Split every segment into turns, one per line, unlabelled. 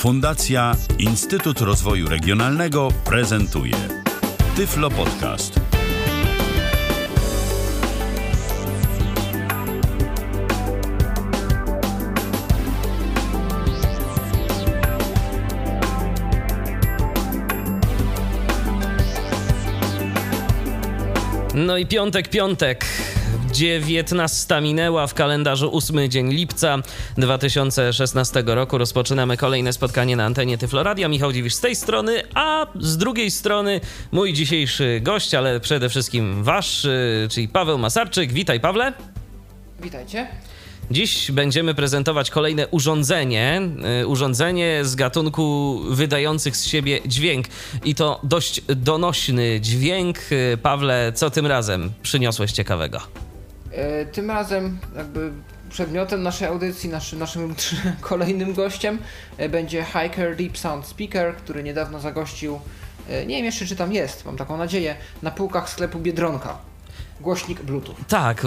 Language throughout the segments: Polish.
Fundacja Instytut Rozwoju Regionalnego prezentuje Tyflo Podcast.
No i piątek. 19 minęła, w kalendarzu 8 dzień lipca 2016 roku. Rozpoczynamy kolejne spotkanie na antenie Tyflo Radia. Michał Dziwisz z tej strony, a z drugiej strony mój dzisiejszy gość, ale przede wszystkim wasz, czyli Paweł Masarczyk. Witaj, Pawle.
Witajcie.
Dziś będziemy prezentować kolejne urządzenie z gatunku wydających z siebie dźwięk i to dość donośny dźwięk. Pawle, co tym razem przyniosłeś ciekawego?
Tym razem jakby przedmiotem naszej audycji, naszym kolejnym gościem będzie Hiker Deep Sound Speaker, który niedawno zagościł, nie wiem jeszcze czy tam jest, mam taką nadzieję, na półkach sklepu Biedronka. Głośnik Bluetooth.
Tak,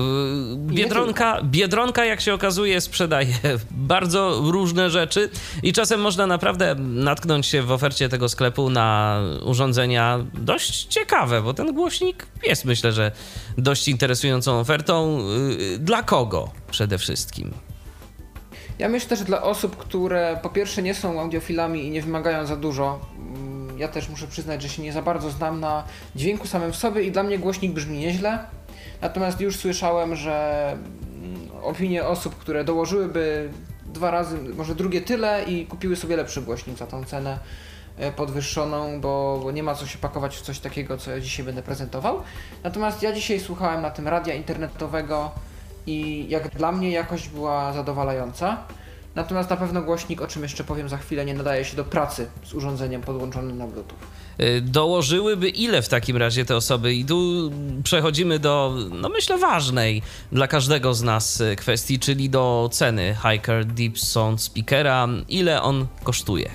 Biedronka, jak się okazuje, sprzedaje bardzo różne rzeczy i czasem można naprawdę natknąć się w ofercie tego sklepu na urządzenia dość ciekawe, bo ten głośnik jest, myślę, że dość interesującą ofertą. Dla kogo przede wszystkim?
Ja myślę, że dla osób, które po pierwsze nie są audiofilami i nie wymagają za dużo. Ja też muszę przyznać, że się nie za bardzo znam na dźwięku samym w sobie i dla mnie głośnik brzmi nieźle. Natomiast już słyszałem, że opinie osób, które dołożyłyby 2 razy, może drugie tyle i kupiły sobie lepszy głośnik za tą cenę podwyższoną, bo nie ma co się pakować w coś takiego, co ja dzisiaj będę prezentował. Natomiast ja dzisiaj słuchałem na tym radia internetowego i jak dla mnie jakość była zadowalająca. Natomiast na pewno głośnik, o czym jeszcze powiem za chwilę, nie nadaje się do pracy z urządzeniem podłączonym na Bluetooth.
Dołożyłyby ile w takim razie te osoby? I tu przechodzimy do, myślę, ważnej dla każdego z nas kwestii, czyli do ceny Hiker Deep Sound Speakera. Ile on kosztuje?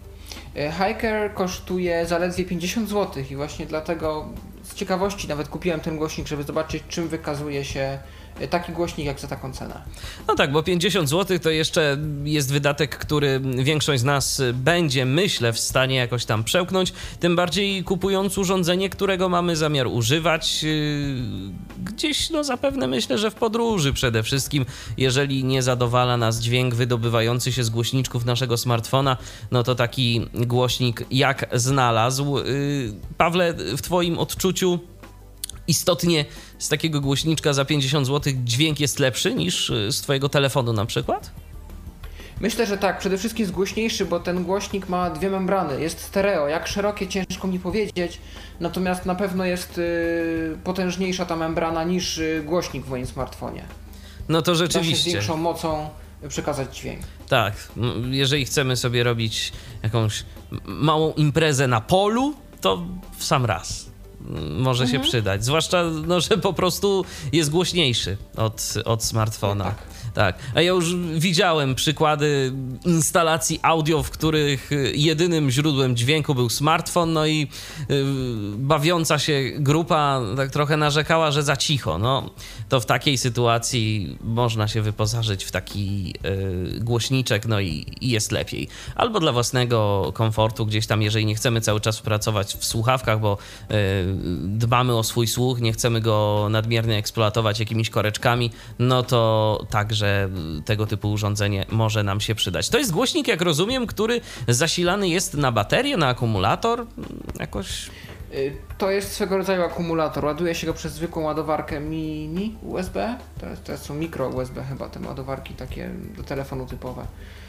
Hiker kosztuje zaledwie 50 zł i właśnie dlatego z ciekawości nawet kupiłem ten głośnik, żeby zobaczyć, czym wykazuje się taki głośnik jak za taką cenę.
No tak, bo 50 zł to jeszcze jest wydatek, który większość z nas będzie, myślę, w stanie jakoś tam przełknąć, tym bardziej kupując urządzenie, którego mamy zamiar używać gdzieś, zapewne myślę, że w podróży przede wszystkim, jeżeli nie zadowala nas dźwięk wydobywający się z głośniczków naszego smartfona, no to taki głośnik jak znalazł. Pawle, w twoim odczuciu istotnie z takiego głośniczka za 50 zł dźwięk jest lepszy niż z twojego telefonu na przykład?
Myślę, że tak. Przede wszystkim jest głośniejszy, bo ten głośnik ma 2 membrany. Jest stereo. Jak szerokie, ciężko mi powiedzieć. Natomiast na pewno jest potężniejsza ta membrana niż głośnik w moim smartfonie.
No to rzeczywiście.
Da się z większą mocą przekazać dźwięk.
Tak. Jeżeli chcemy sobie robić jakąś małą imprezę na polu, to w sam raz może się przydać. Zwłaszcza, że po prostu jest głośniejszy od smartfona. Tak. A ja już widziałem przykłady instalacji audio, w których jedynym źródłem dźwięku był smartfon, no i bawiąca się grupa tak trochę narzekała, że za cicho. To w takiej sytuacji można się wyposażyć w taki głośniczek, i jest lepiej. Albo dla własnego komfortu gdzieś tam, jeżeli nie chcemy cały czas pracować w słuchawkach, bo dbamy o swój słuch, nie chcemy go nadmiernie eksploatować jakimiś koreczkami, to także tego typu urządzenie może nam się przydać. To jest głośnik, jak rozumiem, który zasilany jest na baterię, na akumulator jakoś?
To jest swego rodzaju akumulator. Ładuje się go przez zwykłą ładowarkę mini USB. To są mikro USB chyba, te ładowarki takie do telefonu typowe.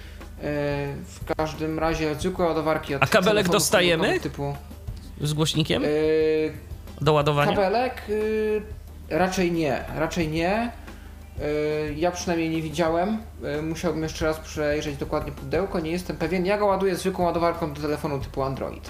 W każdym razie zwykłe ładowarki.
A kabelek dostajemy typu z głośnikiem do ładowania?
Kabelek raczej nie. Ja przynajmniej nie widziałem. Musiałbym jeszcze raz przejrzeć dokładnie pudełko. Nie jestem pewien. Ja go ładuję zwykłą ładowarką do telefonu typu Android.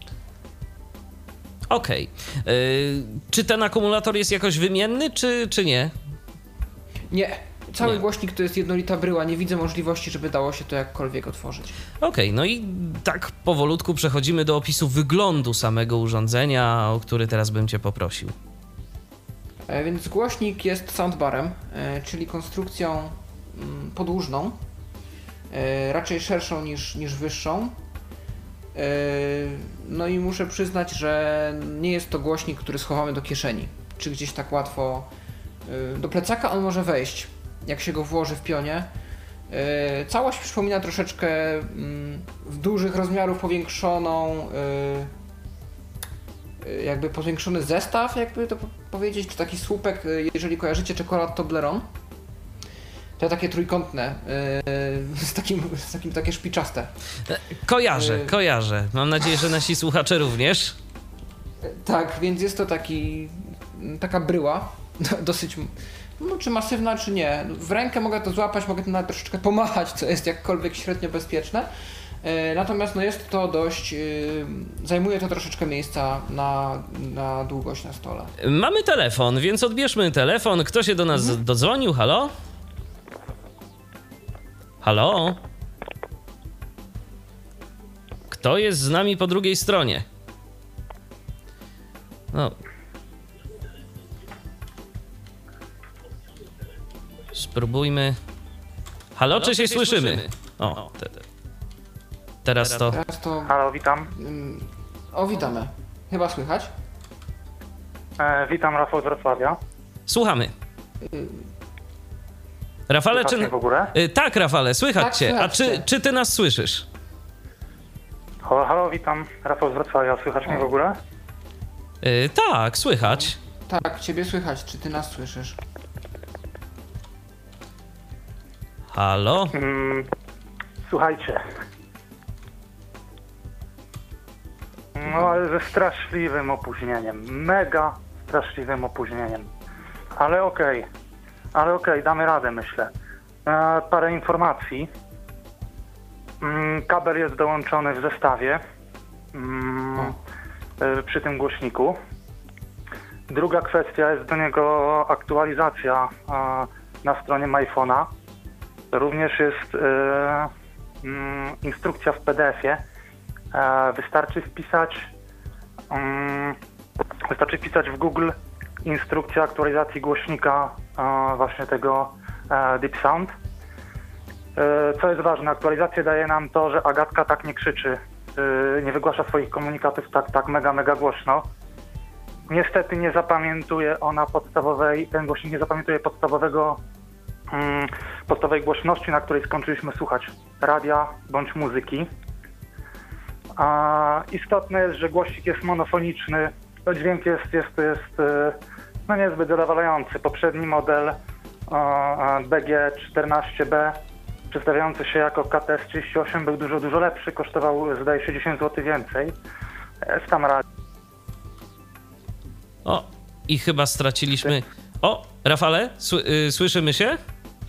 Okej. Czy ten akumulator jest jakoś wymienny, czy nie?
Nie. Cały głośnik to jest jednolita bryła. Nie widzę możliwości, żeby dało się to jakkolwiek otworzyć.
Okej, i tak powolutku przechodzimy do opisu wyglądu samego urządzenia, o który teraz bym cię poprosił.
Więc głośnik jest soundbarem, czyli konstrukcją podłużną, raczej szerszą niż wyższą. No i muszę przyznać, że nie jest to głośnik, który schowamy do kieszeni, czy gdzieś tak łatwo. Do plecaka on może wejść, jak się go włoży w pionie. Całość przypomina troszeczkę w dużych rozmiarów powiększoną, jakby powiększony zestaw, jakby to powiedzieć, czy taki słupek, jeżeli kojarzycie czekolad Toblerone. To takie trójkątne, z takim takie szpiczaste.
Kojarzę. Mam nadzieję, że nasi słuchacze również.
Tak, więc jest to taka bryła, dosyć, no, czy masywna, czy nie. W rękę mogę to złapać, mogę to nawet troszeczkę pomachać, co jest jakkolwiek średnio bezpieczne. Natomiast no jest to dość, zajmuje to troszeczkę miejsca na długość na stole.
Mamy telefon, więc odbierzmy telefon. Kto się do nas dodzwonił? Halo? Halo? Kto jest z nami po drugiej stronie? No. Spróbujmy. Halo, czy się słyszymy? O, teraz to...
Halo, witam.
Witamy. Chyba słychać?
Witam, Rafał z Wrocławia.
Słuchamy. Rafale,
Słychać mnie w ogóle?
Tak, Rafale, słychać
Tak,
cię. A
słychać cię.
czy ty nas słyszysz?
Halo, witam, Rafał z Wrocławia. Słychać mnie w ogóle?
Tak, słychać.
Tak, ciebie słychać. Czy ty nas słyszysz?
Halo?
Słuchajcie. No, ale ze straszliwym opóźnieniem. Mega straszliwym opóźnieniem. Ale okej, damy radę, myślę. Parę informacji. Kabel jest dołączony w zestawie przy tym głośniku. Druga kwestia, jest do niego aktualizacja na stronie MyPhone'a. Również jest instrukcja w PDF-ie. Wystarczy wpisać w Google instrukcja aktualizacji głośnika właśnie tego Deep Sound. Co jest ważne, aktualizacja daje nam to, że Agatka tak nie krzyczy, nie wygłasza swoich komunikatów tak mega głośno. Niestety nie zapamiętuje ona ten głośnik nie zapamiętuje podstawowej głośności, na której skończyliśmy słuchać radia bądź muzyki. Istotne jest, że głośnik jest monofoniczny, dźwięk jest no niezbyt zadowalający. Poprzedni model BG14B przedstawiający się jako KTS-38 był dużo lepszy, kosztował zdaje się 10 zł więcej. Jest tam radio.
O, i chyba straciliśmy... O, Rafale, słyszymy się?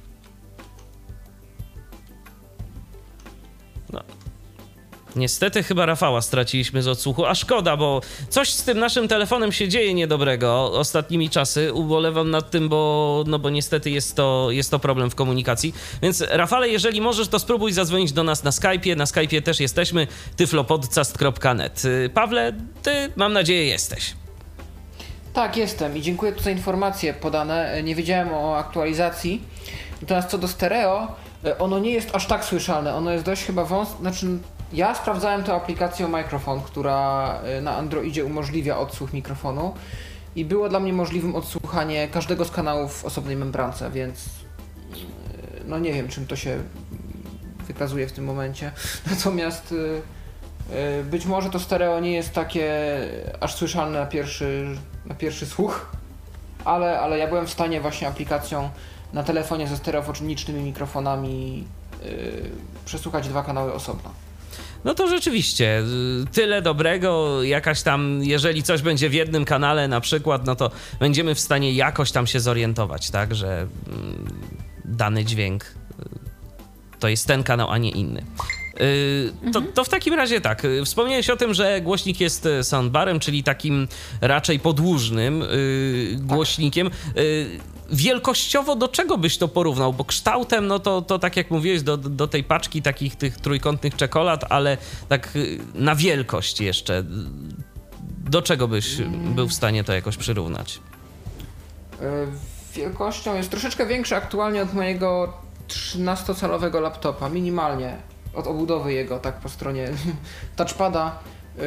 No. Niestety chyba Rafała straciliśmy z odsłuchu, a szkoda, bo coś z tym naszym telefonem się dzieje niedobrego ostatnimi czasy. Ubolewam nad tym, bo niestety jest to problem w komunikacji. Więc Rafale, jeżeli możesz, to spróbuj zadzwonić do nas na Skype'ie. Na Skype'ie też jesteśmy, tyflopodcast.net. Pawle, ty, mam nadzieję, jesteś.
Tak, jestem i dziękuję tu za informacje podane. Nie wiedziałem o aktualizacji. Natomiast co do stereo, ono nie jest aż tak słyszalne. Ono jest dość chyba ja sprawdzałem tę aplikację Microphone, która na Androidzie umożliwia odsłuch mikrofonu i było dla mnie możliwym odsłuchanie każdego z kanałów w osobnej membrance, więc no nie wiem, czym to się wykazuje w tym momencie. Natomiast być może to stereo nie jest takie aż słyszalne na pierwszy słuch, ale ja byłem w stanie właśnie aplikacją na telefonie ze stereofonicznymi mikrofonami przesłuchać 2 kanały osobno.
No to rzeczywiście, tyle dobrego, jakaś tam, jeżeli coś będzie w jednym kanale na przykład, no to będziemy w stanie jakoś tam się zorientować, tak, że dany dźwięk to jest ten kanał, a nie inny. To w takim razie tak, wspomniałeś o tym, że głośnik jest soundbarem, czyli takim raczej podłużnym głośnikiem. Wielkościowo do czego byś to porównał? Bo kształtem, no to tak jak mówiłeś, do tej paczki takich tych trójkątnych czekolad, ale tak na wielkość jeszcze. Do czego byś był w stanie to jakoś przyrównać?
Wielkością jest troszeczkę większy aktualnie od mojego 13-calowego laptopa, minimalnie od obudowy jego, tak po stronie touchpada,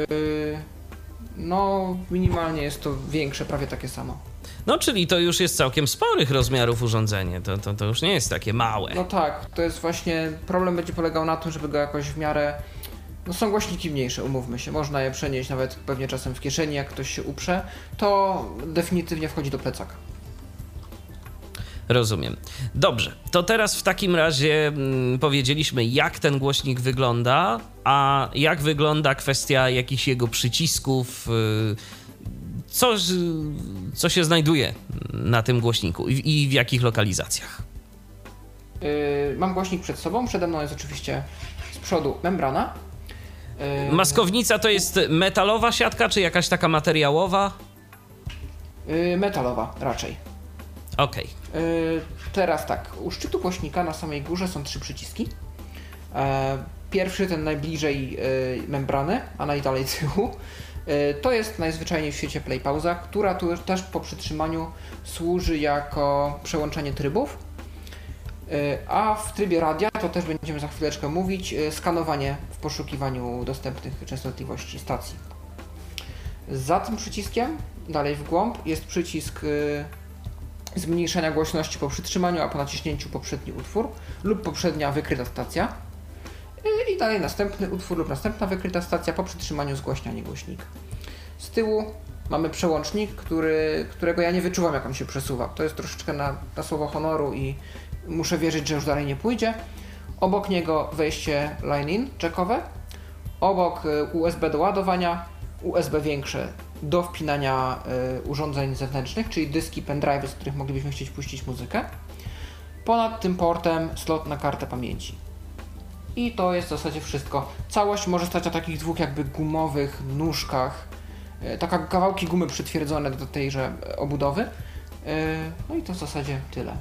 no minimalnie jest to większe, prawie takie samo.
No, czyli to już jest całkiem sporych rozmiarów urządzenie, to już nie jest takie małe.
No tak, to jest właśnie, problem będzie polegał na tym, żeby go jakoś w miarę, no są głośniki mniejsze, umówmy się, można je przenieść nawet pewnie czasem w kieszeni, jak ktoś się uprze, to definitywnie wchodzi do plecaka.
Rozumiem. Dobrze, to teraz w takim razie powiedzieliśmy, jak ten głośnik wygląda, a jak wygląda kwestia jakichś jego przycisków, co się znajduje na tym głośniku i w jakich lokalizacjach?
Mam głośnik przed sobą, przede mną jest oczywiście z przodu membrana.
Maskownica to jest metalowa siatka, czy jakaś taka materiałowa?
Metalowa raczej.
Okej.
Teraz tak, u szczytu głośnika na samej górze są 3 przyciski. Pierwszy, ten najbliżej membrany, a najdalej tyłu, to jest najzwyczajniej w świecie play pauza, która tu też po przytrzymaniu służy jako przełączenie trybów. A w trybie radia, to też będziemy za chwileczkę mówić, skanowanie w poszukiwaniu dostępnych częstotliwości stacji. Za tym przyciskiem, dalej w głąb, jest przycisk zmniejszenia głośności po przytrzymaniu, a po naciśnięciu poprzedni utwór lub poprzednia wykryta stacja. I dalej następny utwór lub następna wykryta stacja po przytrzymaniu zgłaśnianie głośnika. Z tyłu mamy przełącznik, którego ja nie wyczuwam, jak on się przesuwa. To jest troszeczkę na słowo honoru i muszę wierzyć, że już dalej nie pójdzie. Obok niego wejście line-in jackowe, obok USB do ładowania, USB większe do wpinania urządzeń zewnętrznych, czyli dyski, pendrive'y, z których moglibyśmy chcieć puścić muzykę. Ponad tym portem slot na kartę pamięci. I to jest w zasadzie wszystko. Całość może stać na takich dwóch jakby gumowych nóżkach, taka kawałki gumy przytwierdzone do tejże obudowy. No i to w zasadzie tyle.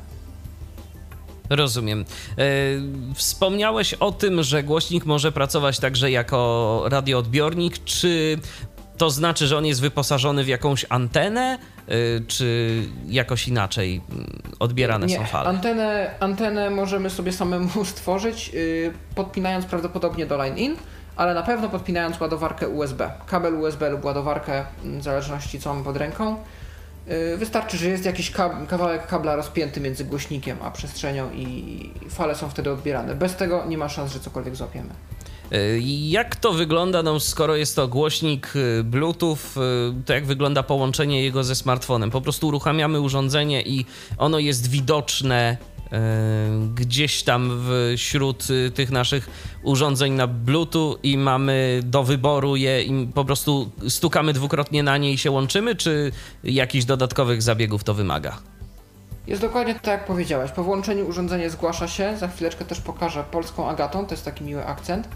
Rozumiem. Wspomniałeś o tym, że głośnik może pracować także jako radioodbiornik. Czy to znaczy, że on jest wyposażony w jakąś antenę, czy jakoś inaczej odbierane są fale?
Antenę możemy sobie samemu stworzyć, podpinając prawdopodobnie do line-in, ale na pewno podpinając ładowarkę USB. Kabel USB lub ładowarkę, w zależności co mam pod ręką. Wystarczy, że jest jakiś kawałek kabla rozpięty między głośnikiem a przestrzenią i fale są wtedy odbierane. Bez tego nie ma szans, że cokolwiek złapiemy.
Jak to wygląda, no skoro jest to głośnik Bluetooth, to jak wygląda połączenie jego ze smartfonem? Po prostu uruchamiamy urządzenie i ono jest widoczne gdzieś tam wśród tych naszych urządzeń na Bluetooth i mamy do wyboru je i po prostu stukamy dwukrotnie na nie i się łączymy, czy jakichś dodatkowych zabiegów to wymaga?
Jest dokładnie tak, jak powiedziałeś. Po włączeniu urządzenie zgłasza się. Za chwileczkę też pokażę polską Agatą, to jest taki miły akcent.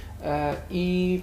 I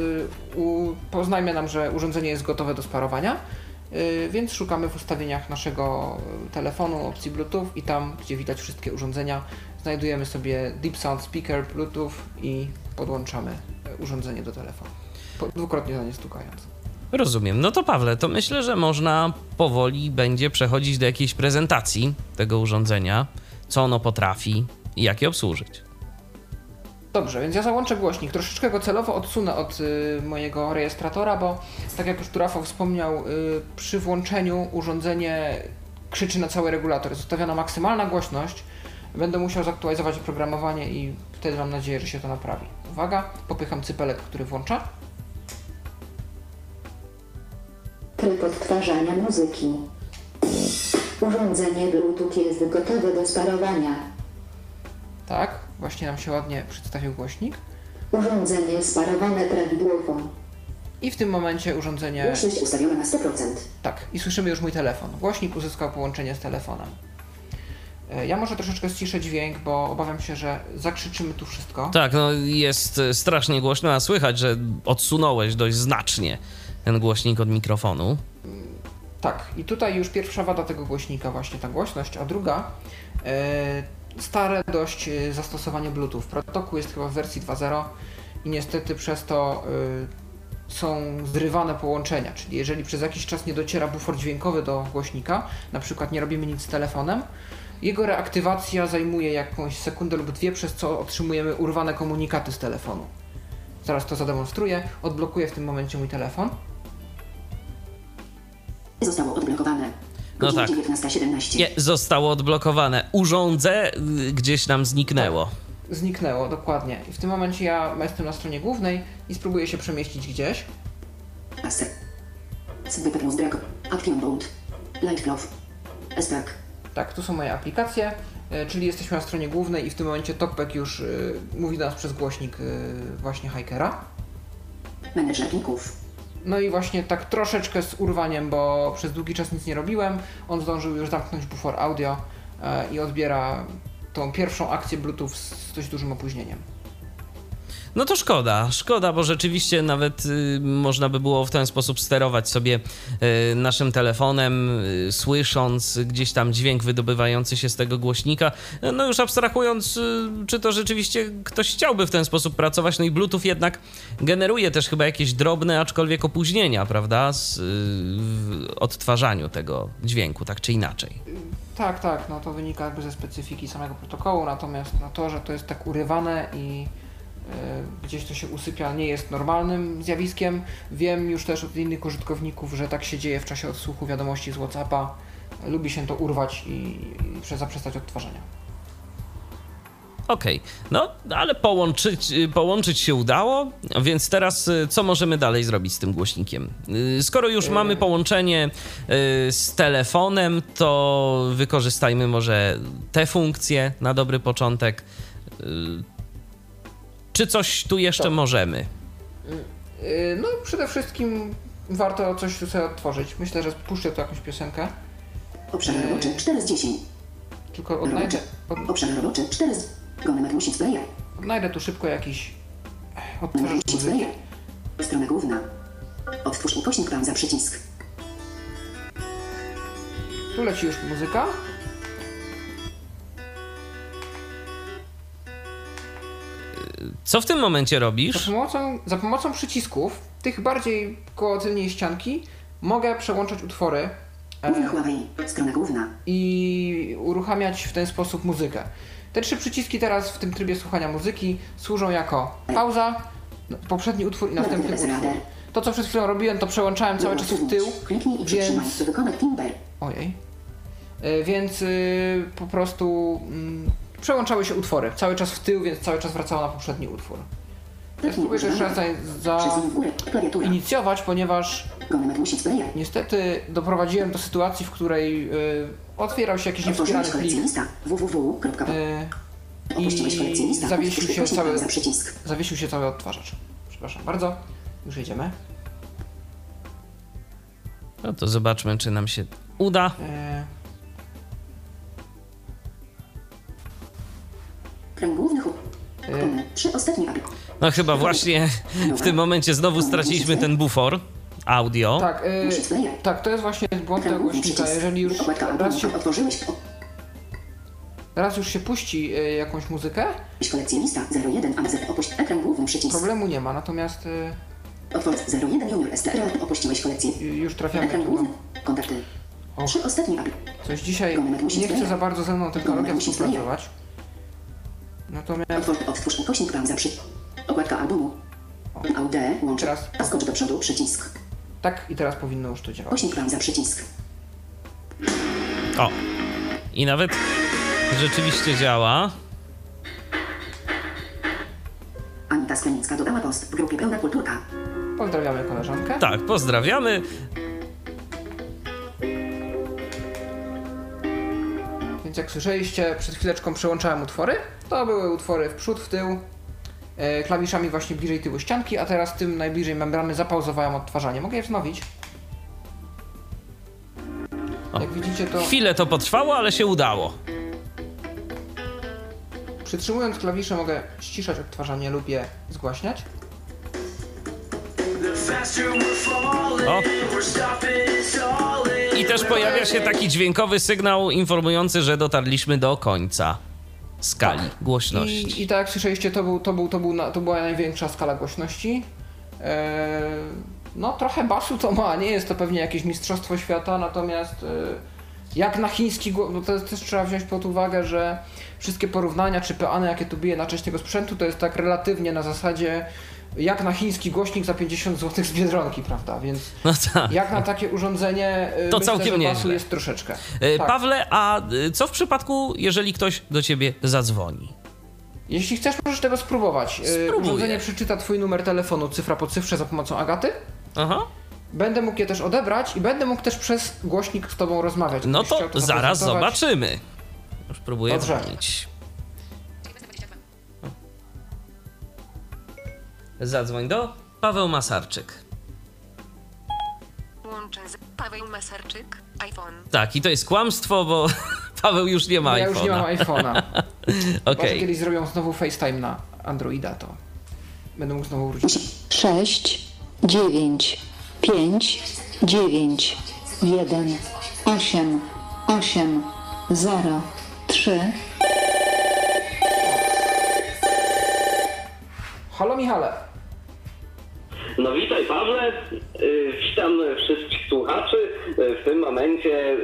poznajmy nam, że urządzenie jest gotowe do sparowania, więc szukamy w ustawieniach naszego telefonu opcji Bluetooth i tam, gdzie widać wszystkie urządzenia, znajdujemy sobie Deep Sound Speaker Bluetooth i podłączamy urządzenie do telefonu, dwukrotnie na nie stukając.
Rozumiem. No to Pawle, to myślę, że można powoli będzie przechodzić do jakiejś prezentacji tego urządzenia, co ono potrafi i jak je obsłużyć.
Dobrze, więc ja załączę głośnik. Troszeczkę go celowo odsunę od mojego rejestratora, bo tak jak już tu Rafał wspomniał, przy włączeniu urządzenie krzyczy na cały regulator. Jest ustawiona maksymalna głośność. Będę musiał zaktualizować oprogramowanie i wtedy mam nadzieję, że się to naprawi. Uwaga, popycham cypelek, który włącza.
Tryb odtwarzania muzyki. Urządzenie Bluetooth jest gotowe do sparowania.
Tak, właśnie nam się ładnie przedstawił głośnik.
Urządzenie sparowane prawidłowo.
I w tym momencie urządzenie...
Głośność ustawiona na 100%.
Tak, i słyszymy już mój telefon. Głośnik uzyskał połączenie z telefonem. Ja może troszeczkę ściszę dźwięk, bo obawiam się, że zakrzyczymy tu wszystko.
Tak, no jest strasznie głośno, a słychać, że odsunąłeś dość znacznie ten głośnik od mikrofonu.
Tak, i tutaj już pierwsza wada tego głośnika, właśnie ta głośność, a druga stare dość zastosowanie Bluetooth. Protokół jest chyba w wersji 2.0 i niestety przez to są zrywane połączenia, czyli jeżeli przez jakiś czas nie dociera bufor dźwiękowy do głośnika, na przykład nie robimy nic z telefonem, Jego reaktywacja zajmuje jakąś sekundę lub dwie, przez co otrzymujemy urwane komunikaty z telefonu. Zaraz to zademonstruję. Odblokuję w tym momencie mój telefon.
Zostało odblokowane.
No tak.
19:17.
Nie, zostało odblokowane. Urządzę gdzieś nam zniknęło.
Zniknęło, dokładnie. I w tym momencie ja jestem na stronie głównej i spróbuję się przemieścić gdzieś.
Acer. Swyper Drag. Action Bolt. Lightcloth. Espark.
Tak, tu są moje aplikacje, czyli jesteśmy na stronie głównej i w tym momencie TalkBack już mówi do nas przez głośnik właśnie Hikera.
Menedżer plików.
No i właśnie tak troszeczkę z urwaniem, bo przez długi czas nic nie robiłem. On zdążył już zamknąć bufor audio i odbiera tą pierwszą akcję Bluetooth z dość dużym opóźnieniem.
No to szkoda, bo rzeczywiście nawet można by było w ten sposób sterować sobie naszym telefonem, słysząc gdzieś tam dźwięk wydobywający się z tego głośnika. No już abstrahując, czy to rzeczywiście ktoś chciałby w ten sposób pracować, no i Bluetooth jednak generuje też chyba jakieś drobne, aczkolwiek opóźnienia, prawda, w odtwarzaniu tego dźwięku, tak czy inaczej.
Tak, no to wynika jakby ze specyfiki samego protokołu, natomiast no to, że to jest tak urywane i gdzieś to się usypia, nie jest normalnym zjawiskiem. Wiem już też od innych użytkowników, że tak się dzieje w czasie odsłuchu wiadomości z WhatsAppa. Lubi się to urwać i zaprzestać odtwarzania.
Okej, no ale połączyć się udało, więc teraz co możemy dalej zrobić z tym głośnikiem? Skoro już mamy połączenie z telefonem, to wykorzystajmy może te funkcje na dobry początek. Czy coś tu jeszcze możemy?
No przede wszystkim warto coś tu sobie odtworzyć. Myślę, że puszczę tu jakąś piosenkę.
Obszar roboczy 4 z 10.
Tylko
Obszar roboczy 4 z... Gonemet musi player.
odnajdę tu szybko jakiś odtwarzacz
Musi
muzyki.
player. Strona główna. Odtwórz ukośnik plan za przycisk.
Tu leci już muzyka.
Co w tym momencie robisz?
Za pomocą przycisków, tych bardziej koło tylnej ścianki, mogę przełączać utwory
Główna Huawei. Strona główna.
i uruchamiać w ten sposób muzykę. Te trzy przyciski teraz w tym trybie słuchania muzyki służą jako pauza, poprzedni utwór i następny utwór. To, co przed chwilą robiłem, to przełączałem cały czas w tył,
Kliknij i przytrzymaj,
więc...
by wykonać timber.
Ojej. Więc po prostu przełączały się utwory. Cały czas w tył, więc cały czas wracało na poprzedni utwór. Spróbuję to jeszcze raz
Przycisk w górę. Klawiatura.
inicjować, ponieważ
Gonemet musi player.
niestety doprowadziłem do sytuacji, w której otwierał się jakiś
Otworzyłeś
niewspierany plik
kolekcjonista. www. Opuściłeś
i
kolekcjonista.
zawiesił się
Ukośnik
cały
plan za przycisk.
odtwarzacz. Przepraszam bardzo. Już jedziemy.
No to zobaczmy, czy nam się uda.
Kręg główny hub. 3 ostatnie apy.
No chyba właśnie w tym momencie znowu straciliśmy ten bufor audio.
Tak, to jest właśnie błąd tego głośnika. Jeżeli już raz już się puści jakąś muzykę,
kolekcjonista 01 AZ opuść ekran główny przycisk.
problemu nie ma, natomiast
Otwórz 01 Junior STR opuściłeś kolekcję.
już trafiamy
Ekran
tu.
główny. Kontakty. 3 ostatnie apy.
Coś dzisiaj nie chce za bardzo ze mną technologia współpracować. Natomiast
Otwórz ukośnik plan za okładka albumu. AUD łącz.
Teraz.
A skocz do przodu przycisk.
tak i teraz powinno już to działać.
Ukośnik plan za przycisk.
O, i nawet rzeczywiście działa.
Anita Sklenicka dodała post w grupie Pełna Kulturka.
Pozdrawiamy koleżankę.
Tak, pozdrawiamy.
Więc jak słyszeliście, przed chwileczką przełączałem utwory. To były utwory w przód, w tył, klawiszami właśnie bliżej tyłu ścianki, a teraz tym najbliżej membrany zapauzowałem odtwarzanie. Mogę je wznowić. Jak widzicie, to
Chwilę to potrwało, ale się udało.
przytrzymując klawisze mogę ściszać odtwarzanie lub je zgłaśniać.
O. I też pojawia się taki dźwiękowy sygnał informujący, że dotarliśmy do końca skali głośności.
I tak jak słyszeliście, to była największa skala głośności. No trochę basu to ma, nie jest to pewnie jakieś mistrzostwo świata, natomiast Jak na chiński bo to też trzeba wziąć pod uwagę, że wszystkie porównania czy peany, jakie tu bije na część tego sprzętu, to jest tak relatywnie na zasadzie jak na chiński głośnik za 50 zł z Biedronki, prawda? Więc
No tak.
jak na takie urządzenie
To
myślę,
całkiem
że
nieźle.
basu jest troszeczkę. Tak.
Pawle, a co w przypadku, jeżeli ktoś do ciebie zadzwoni?
Jeśli chcesz, możesz tego spróbować.
Spróbuję.
Urządzenie przeczyta twój numer telefonu cyfra po cyfrze za pomocą Agaty.
Aha.
Będę mógł je też odebrać i będę mógł też przez głośnik z tobą rozmawiać.
No
Gdybyś
to
chciał
zaraz
zaprezentować.
zobaczymy. Już próbuję
Dobrze.
dzwonić. Zadzwoń do Paweł Masarczyk.
Łączę z Paweł Masarczyk, iPhone.
Tak, i to jest kłamstwo, bo Paweł już nie ma
Ja już nie mam
iPhone'a.
iPhone'a.
Okej.
Chyba, że kiedyś zrobią znowu FaceTime na Androida, to będę mógł znowu wrócić.
6, 9, 5, 9, 1, 8, 8, 0, 3.
Halo Michale.
No witaj Pawle, witam wszystkich słuchaczy. W tym momencie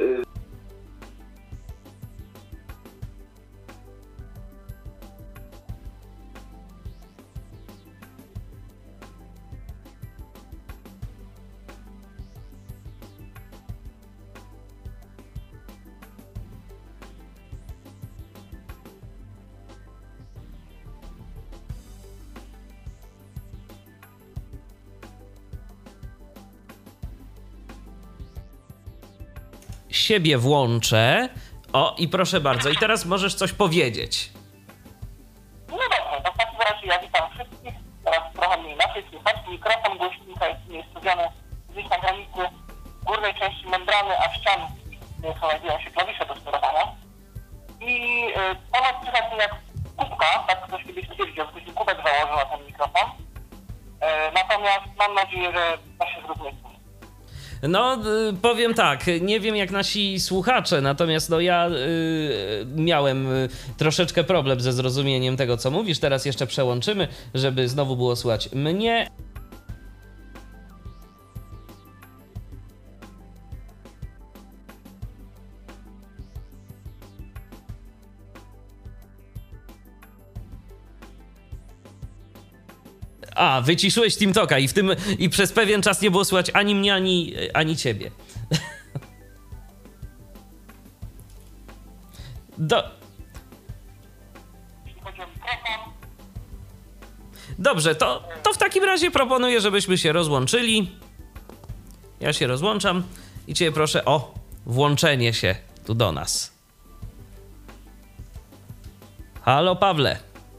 Siebie włączę. O, i proszę bardzo. I teraz możesz coś powiedzieć.
No dobrze, to w takim razie ja witam wszystkich. Teraz trochę mnie inaczej słychać. Mikrofon głośnika jest umiejscowiony gdzieś na granicy górnej części membrany, a ścian znajdują się klawisze do sterowania. I ponad słychać mnie jak kubka, tak ktoś kiedyś stwierdził, ktoś mi kubek założył na ten mikrofon. Natomiast mam nadzieję, że da się zrozumieć.
No, powiem tak, nie wiem jak nasi słuchacze, natomiast no ja miałem troszeczkę problem ze zrozumieniem tego, co mówisz. Teraz jeszcze przełączymy, żeby znowu było słychać mnie. A, wyciszyłeś TeamTalka i przez pewien czas nie było słychać ani mnie, ani ciebie. Dobrze, to w takim razie proponuję, żebyśmy się rozłączyli. Ja się rozłączam i ciebie proszę o włączenie się tu do nas. Halo, Pawle.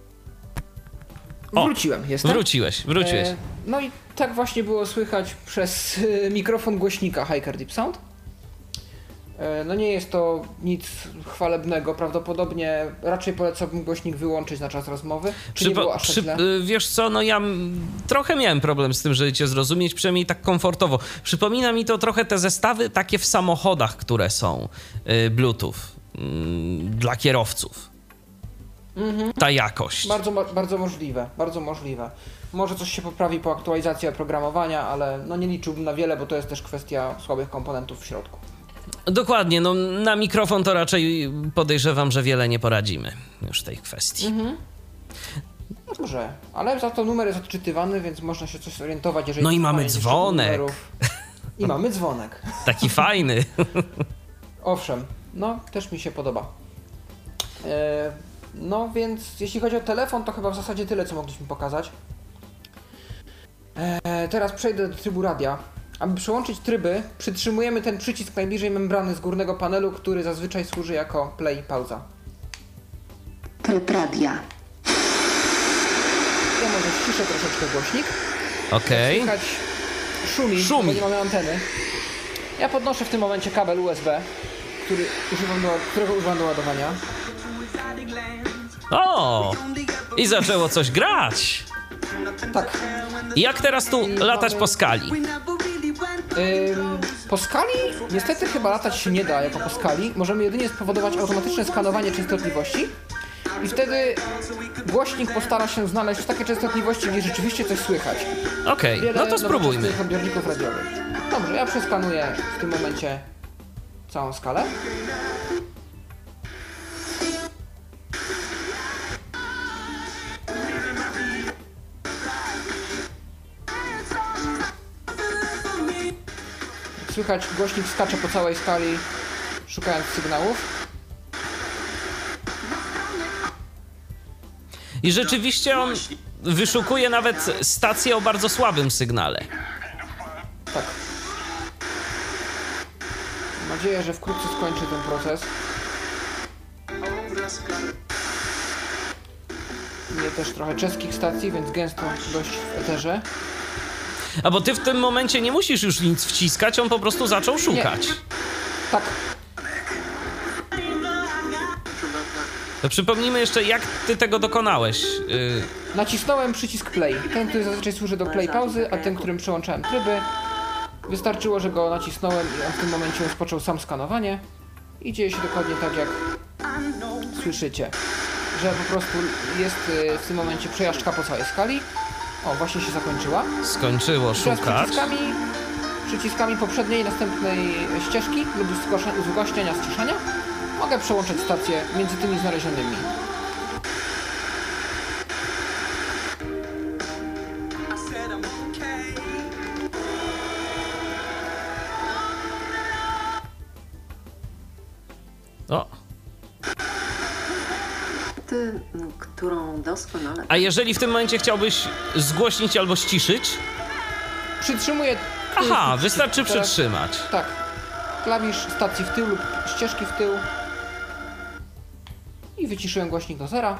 O,
Wróciłem, jestem.
Wróciłeś.
No i tak właśnie było słychać przez mikrofon głośnika Hiker Deep Sound. No nie jest to nic chwalebnego, prawdopodobnie raczej polecałbym głośnik wyłączyć na czas rozmowy. Czy nie było aż tak źle?
Wiesz co, no ja trochę miałem problem z tym, żeby cię zrozumieć, przynajmniej tak komfortowo. Przypomina mi to trochę te zestawy takie w samochodach, które są Bluetooth dla kierowców. Ta jakość.
Bardzo możliwe, bardzo możliwe. Może coś się poprawi po aktualizacji oprogramowania, ale no nie liczyłbym na wiele, bo to jest też kwestia słabych komponentów w środku.
Dokładnie, no na mikrofon to raczej podejrzewam, że wiele nie poradzimy już w tej kwestii.
No dobrze, ale za to numer jest odczytywany, więc można się coś zorientować, jeżeli...
No i mamy
jest
dzwonek.
numerów. I mamy dzwonek.
Taki fajny.
Owszem, no też mi się podoba. No więc jeśli chodzi o telefon, to chyba w zasadzie tyle, co mogliśmy pokazać. Teraz przejdę do trybu radia. Aby przełączyć tryby, przytrzymujemy ten przycisk najbliżej membrany z górnego panelu, który zazwyczaj służy jako play i pauza.
Tryb radia.
Ja może ściszę troszeczkę głośnik.
Okej.
Słychać szumi, bo nie mamy anteny. Ja podnoszę w tym momencie kabel USB, którego używam do ładowania.
O! I zaczęło coś grać.
Tak.
Jak teraz tu latać po skali?
Po skali? Niestety chyba latać się nie da jako po skali. Możemy jedynie spowodować automatyczne skanowanie częstotliwości i wtedy głośnik postara się znaleźć w takiej częstotliwości, gdzie rzeczywiście coś słychać.
Okej, no to spróbujmy.
Odbiorników radiowych. Dobrze, ja przeskanuję w tym momencie całą skalę. Słychać, głośnik skacze po całej skali, szukając sygnałów.
I rzeczywiście on wyszukuje nawet stację o bardzo słabym sygnale.
Tak. Mam nadzieję, że wkrótce skończy ten proces. Mnie też trochę czeskich stacji, więc gęsto dość w eterze.
A bo ty w tym momencie nie musisz już nic wciskać, on po prostu zaczął szukać.
Nie. Tak.
To przypomnijmy jeszcze, jak ty tego dokonałeś.
Nacisnąłem przycisk play. Ten, który zazwyczaj służy do play pauzy, a ten, którym przełączałem tryby. Wystarczyło, że go nacisnąłem i on w tym momencie rozpoczął sam skanowanie. I dzieje się dokładnie tak, jak słyszycie. Że po prostu jest w tym momencie przejażdżka po całej skali. O, właśnie się zakończyła.
Skończyło szukać.
Przyciskami poprzedniej i następnej ścieżki lub zgłaśniania, ściszania mogę przełączać stacje między tymi znalezionymi.
O.
Ty, którą doskonale...
A jeżeli w tym momencie chciałbyś zgłośnić albo ściszyć?
Przytrzymuję...
Aha, wystarczy przytrzymać.
Tak. Klawisz stacji w tył lub ścieżki w tył. I wyciszyłem głośnik do zera.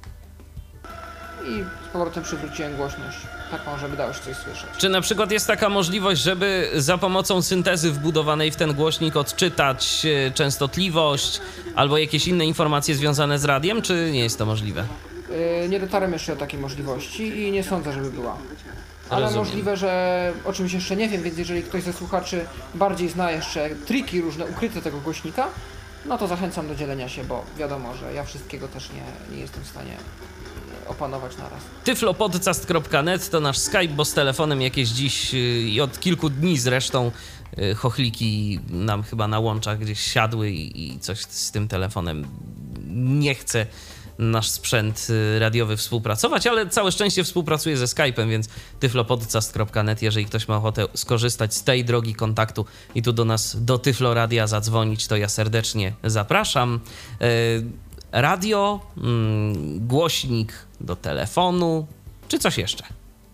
I z powrotem przywróciłem głośność taką, żeby dało się coś słyszeć.
Czy na przykład jest taka możliwość, żeby za pomocą syntezy wbudowanej w ten głośnik odczytać częstotliwość albo jakieś inne informacje związane z radiem, czy nie jest to możliwe?
Nie dotarłem jeszcze do takiej możliwości i nie sądzę, żeby była. Ale
Rozumiem.
możliwe, że o czymś jeszcze nie wiem, więc jeżeli ktoś ze słuchaczy bardziej zna jeszcze triki różne ukryte tego głośnika, no to zachęcam do dzielenia się, bo wiadomo, że ja wszystkiego też nie jestem w stanie opanować naraz.
tyflopodcast.net to nasz Skype, bo z telefonem jakieś dziś i od kilku dni zresztą chochliki nam chyba na łączach gdzieś siadły i coś z tym telefonem nie chce nasz sprzęt radiowy współpracować, ale całe szczęście współpracuje ze Skype'em, więc tyflopodcast.net, jeżeli ktoś ma ochotę skorzystać z tej drogi kontaktu i tu do nas, do Tyflo Radia zadzwonić, to ja serdecznie zapraszam. Radio, głośnik do telefonu, czy coś jeszcze?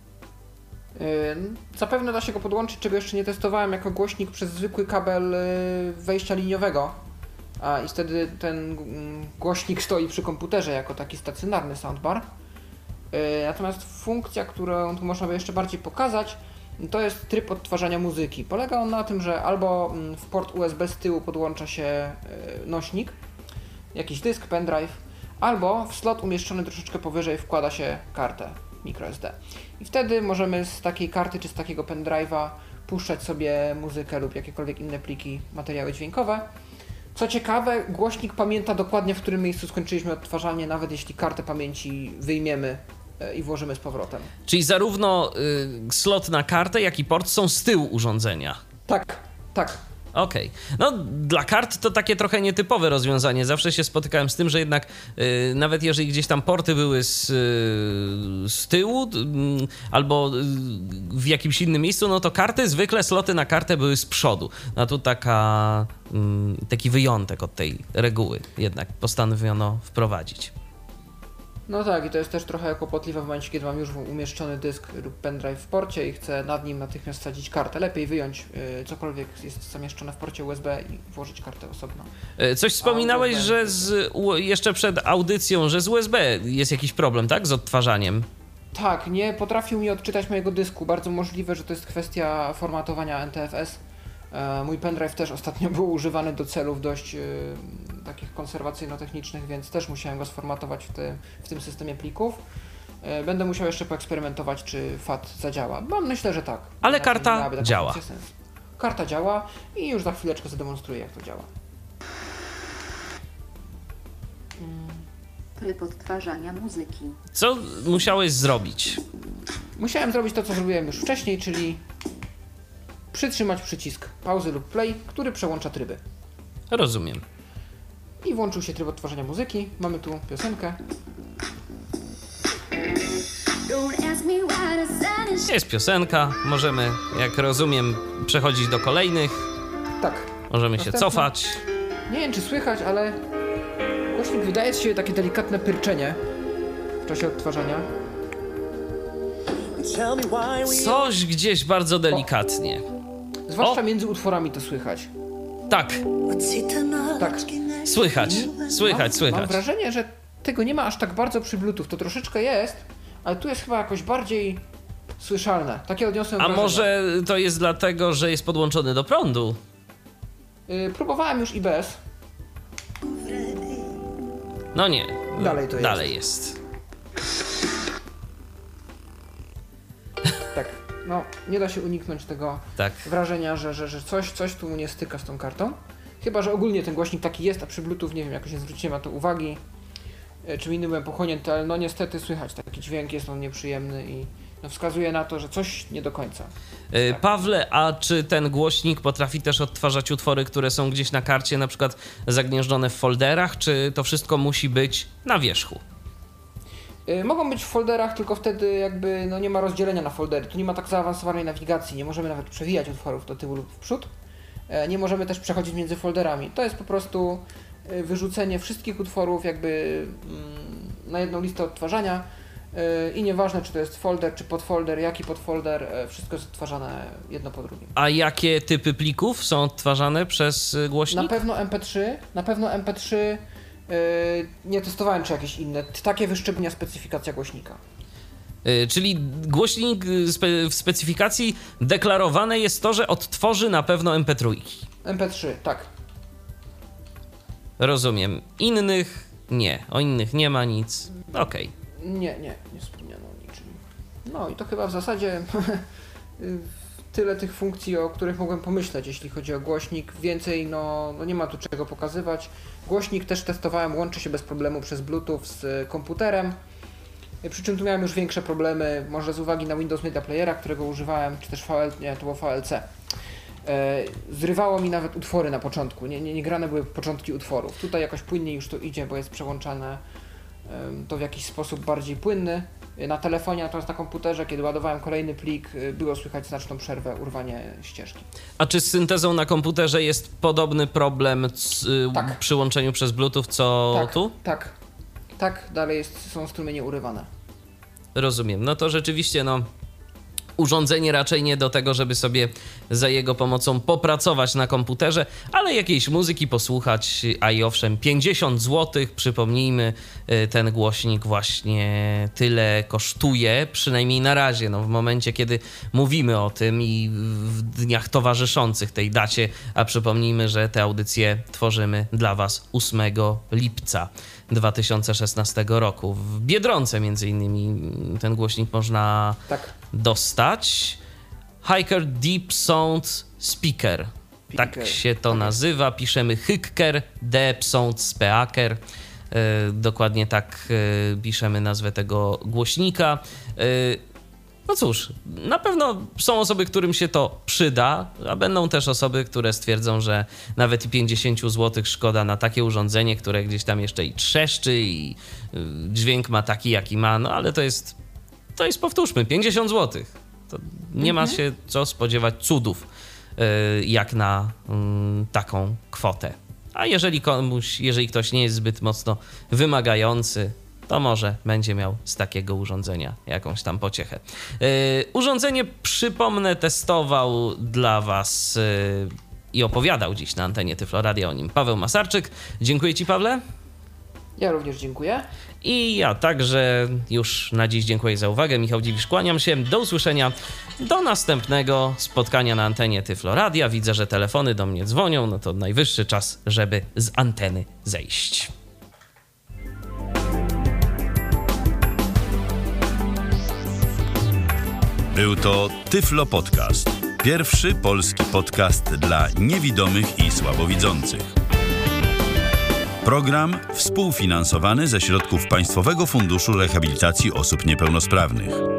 Zapewne da się go podłączyć, czego jeszcze nie testowałem, jako głośnik przez zwykły kabel wejścia liniowego. I wtedy ten głośnik stoi przy komputerze jako taki stacjonarny soundbar. Natomiast funkcja, którą tu można by jeszcze bardziej pokazać, to jest tryb odtwarzania muzyki. Polega on na tym, że albo w port USB z tyłu podłącza się nośnik, jakiś dysk, pendrive, albo w slot umieszczony troszeczkę powyżej wkłada się kartę microSD. I wtedy możemy z takiej karty czy z takiego pendrive'a puszczać sobie muzykę lub jakiekolwiek inne pliki, materiały dźwiękowe. Co ciekawe, głośnik pamięta dokładnie, w którym miejscu skończyliśmy odtwarzanie, nawet jeśli kartę pamięci wyjmiemy i włożymy z powrotem.
Czyli zarówno slot na kartę, jak i port są z tyłu urządzenia.
Tak.
Okej. No dla kart to takie trochę nietypowe rozwiązanie. Zawsze się spotykałem z tym, że jednak nawet jeżeli gdzieś tam porty były z tyłu albo w jakimś innym miejscu, no to karty, zwykle sloty na kartę były z przodu. No tu taki wyjątek od tej reguły jednak postanowiono wprowadzić.
No tak, i to jest też trochę kłopotliwe w momencie, kiedy mam już umieszczony dysk lub pendrive w porcie i chcę nad nim natychmiast wsadzić kartę. Lepiej wyjąć cokolwiek jest zamieszczone w porcie USB i włożyć kartę osobno.
Coś wspominałeś, że jeszcze przed audycją, że z USB jest jakiś problem, tak? Z odtwarzaniem.
Tak, nie potrafił mi odczytać mojego dysku. Bardzo możliwe, że to jest kwestia formatowania NTFS. Mój pendrive też ostatnio był używany do celów dość takich konserwacyjno-technicznych, więc też musiałem go sformatować w tym systemie plików. Będę musiał jeszcze poeksperymentować, czy FAT zadziała. Bo myślę, że tak.
Ale karta działa.
Karta działa i już za chwileczkę zademonstruję, jak to działa.
Tryb odtwarzania muzyki.
Co musiałeś zrobić?
Musiałem zrobić to, co zrobiłem już wcześniej, czyli przytrzymać przycisk pauzy lub play, który przełącza tryby.
Rozumiem.
I włączył się tryb odtwarzania muzyki. Mamy tu piosenkę.
Jest piosenka, możemy, jak rozumiem, przechodzić do kolejnych.
Tak.
Możemy się cofać.
Nie wiem, czy słychać, ale głośnik wydaje z siebie takie delikatne pyrczenie w czasie odtwarzania.
Coś gdzieś bardzo delikatnie.
Zwłaszcza między utworami to słychać.
Tak.
Tak.
Słychać.
Mam wrażenie, że tego nie ma aż tak bardzo przy Bluetooth. To troszeczkę jest, ale tu jest chyba jakoś bardziej słyszalne. Takie odniosłem wrażenie.
A może to jest dlatego, że jest podłączony do prądu?
Próbowałem już i bez.
No nie.
Dalej to jest.
Dalej jest.
Tak. No, nie da się uniknąć tego wrażenia, że coś tu mu nie styka z tą kartą. Chyba że ogólnie ten głośnik taki jest, a przy Bluetooth nie wiem, jakoś nie zwróciłem na to uwagi. Czym innym byłem pochłonięty, ale no niestety słychać taki dźwięk, jest on nieprzyjemny i wskazuje na to, że coś nie do końca. Tak.
Pawle, a czy ten głośnik potrafi też odtwarzać utwory, które są gdzieś na karcie, na przykład zagnieżdżone w folderach, czy to wszystko musi być na wierzchu?
Mogą być w folderach, tylko wtedy jakby no nie ma rozdzielenia na foldery. Tu nie ma tak zaawansowanej nawigacji, nie możemy nawet przewijać utworów do tyłu lub w przód. Nie możemy też przechodzić między folderami. To jest po prostu wyrzucenie wszystkich utworów jakby na jedną listę odtwarzania i nieważne, czy to jest folder, czy podfolder, jaki podfolder, wszystko jest odtwarzane jedno po drugim.
A jakie typy plików są odtwarzane przez głośnik?
Na pewno MP3, nie testowałem, czy jakieś inne. Takie wyszczególnia specyfikacja głośnika.
Czyli głośnik w specyfikacji deklarowane jest to, że odtworzy na pewno MP3.
MP3, tak.
Rozumiem. Innych nie. O innych nie ma nic. Okej.
Nie wspomniano o niczym. No i to chyba w zasadzie tyle tych funkcji, o których mogłem pomyśleć, jeśli chodzi o głośnik. Więcej no nie ma tu czego pokazywać. Głośnik też testowałem, łączy się bez problemu przez Bluetooth z komputerem. Przy czym tu miałem już większe problemy, może z uwagi na Windows Media Playera, którego używałem, czy też to było VLC. Zrywało mi nawet utwory na początku, nie grane były początki utworów. Tutaj jakoś płynniej już to idzie, bo jest przełączane to w jakiś sposób bardziej płynny. Na telefonie, natomiast na komputerze, kiedy ładowałem kolejny plik, było słychać znaczną przerwę, urwanie ścieżki.
A czy z syntezą na komputerze jest podobny problem przy łączeniu przez Bluetooth, co tu?
Tak, dalej są strumienie urywane.
Rozumiem. No to rzeczywiście, urządzenie raczej nie do tego, żeby sobie za jego pomocą popracować na komputerze, ale jakiejś muzyki posłuchać, a i owszem, 50 zł, przypomnijmy, ten głośnik właśnie tyle kosztuje, przynajmniej na razie, w momencie, kiedy mówimy o tym i w dniach towarzyszących tej dacie, a przypomnijmy, że te audycje tworzymy dla Was 8 lipca 2016 roku. W Biedronce między innymi ten głośnik można dostać. Hiker Deep Sound Speaker. Tak się to nazywa. Piszemy Hiker Deep Sound Speaker. Dokładnie tak piszemy nazwę tego głośnika. No cóż, na pewno są osoby, którym się to przyda, a będą też osoby, które stwierdzą, że nawet i 50 zł szkoda na takie urządzenie, które gdzieś tam jeszcze i trzeszczy i dźwięk ma taki, jaki ma, ale to jest powtórzmy, 50 zł. To nie ma się co spodziewać cudów jak na taką kwotę. A jeżeli ktoś nie jest zbyt mocno wymagający, to może będzie miał z takiego urządzenia jakąś tam pociechę. Urządzenie, przypomnę, testował dla Was i opowiadał dziś na antenie Tyflo Radia o nim Paweł Masarczyk. Dziękuję Ci, Pawle.
Ja również dziękuję.
I ja także już na dziś dziękuję za uwagę. Michał Dziwisz, kłaniam się. Do usłyszenia. Do następnego spotkania na antenie Tyflo Radia. Widzę, że telefony do mnie dzwonią. To najwyższy czas, żeby z anteny zejść.
Był to Tyflo Podcast. Pierwszy polski podcast dla niewidomych i słabowidzących. Program współfinansowany ze środków Państwowego Funduszu Rehabilitacji Osób Niepełnosprawnych.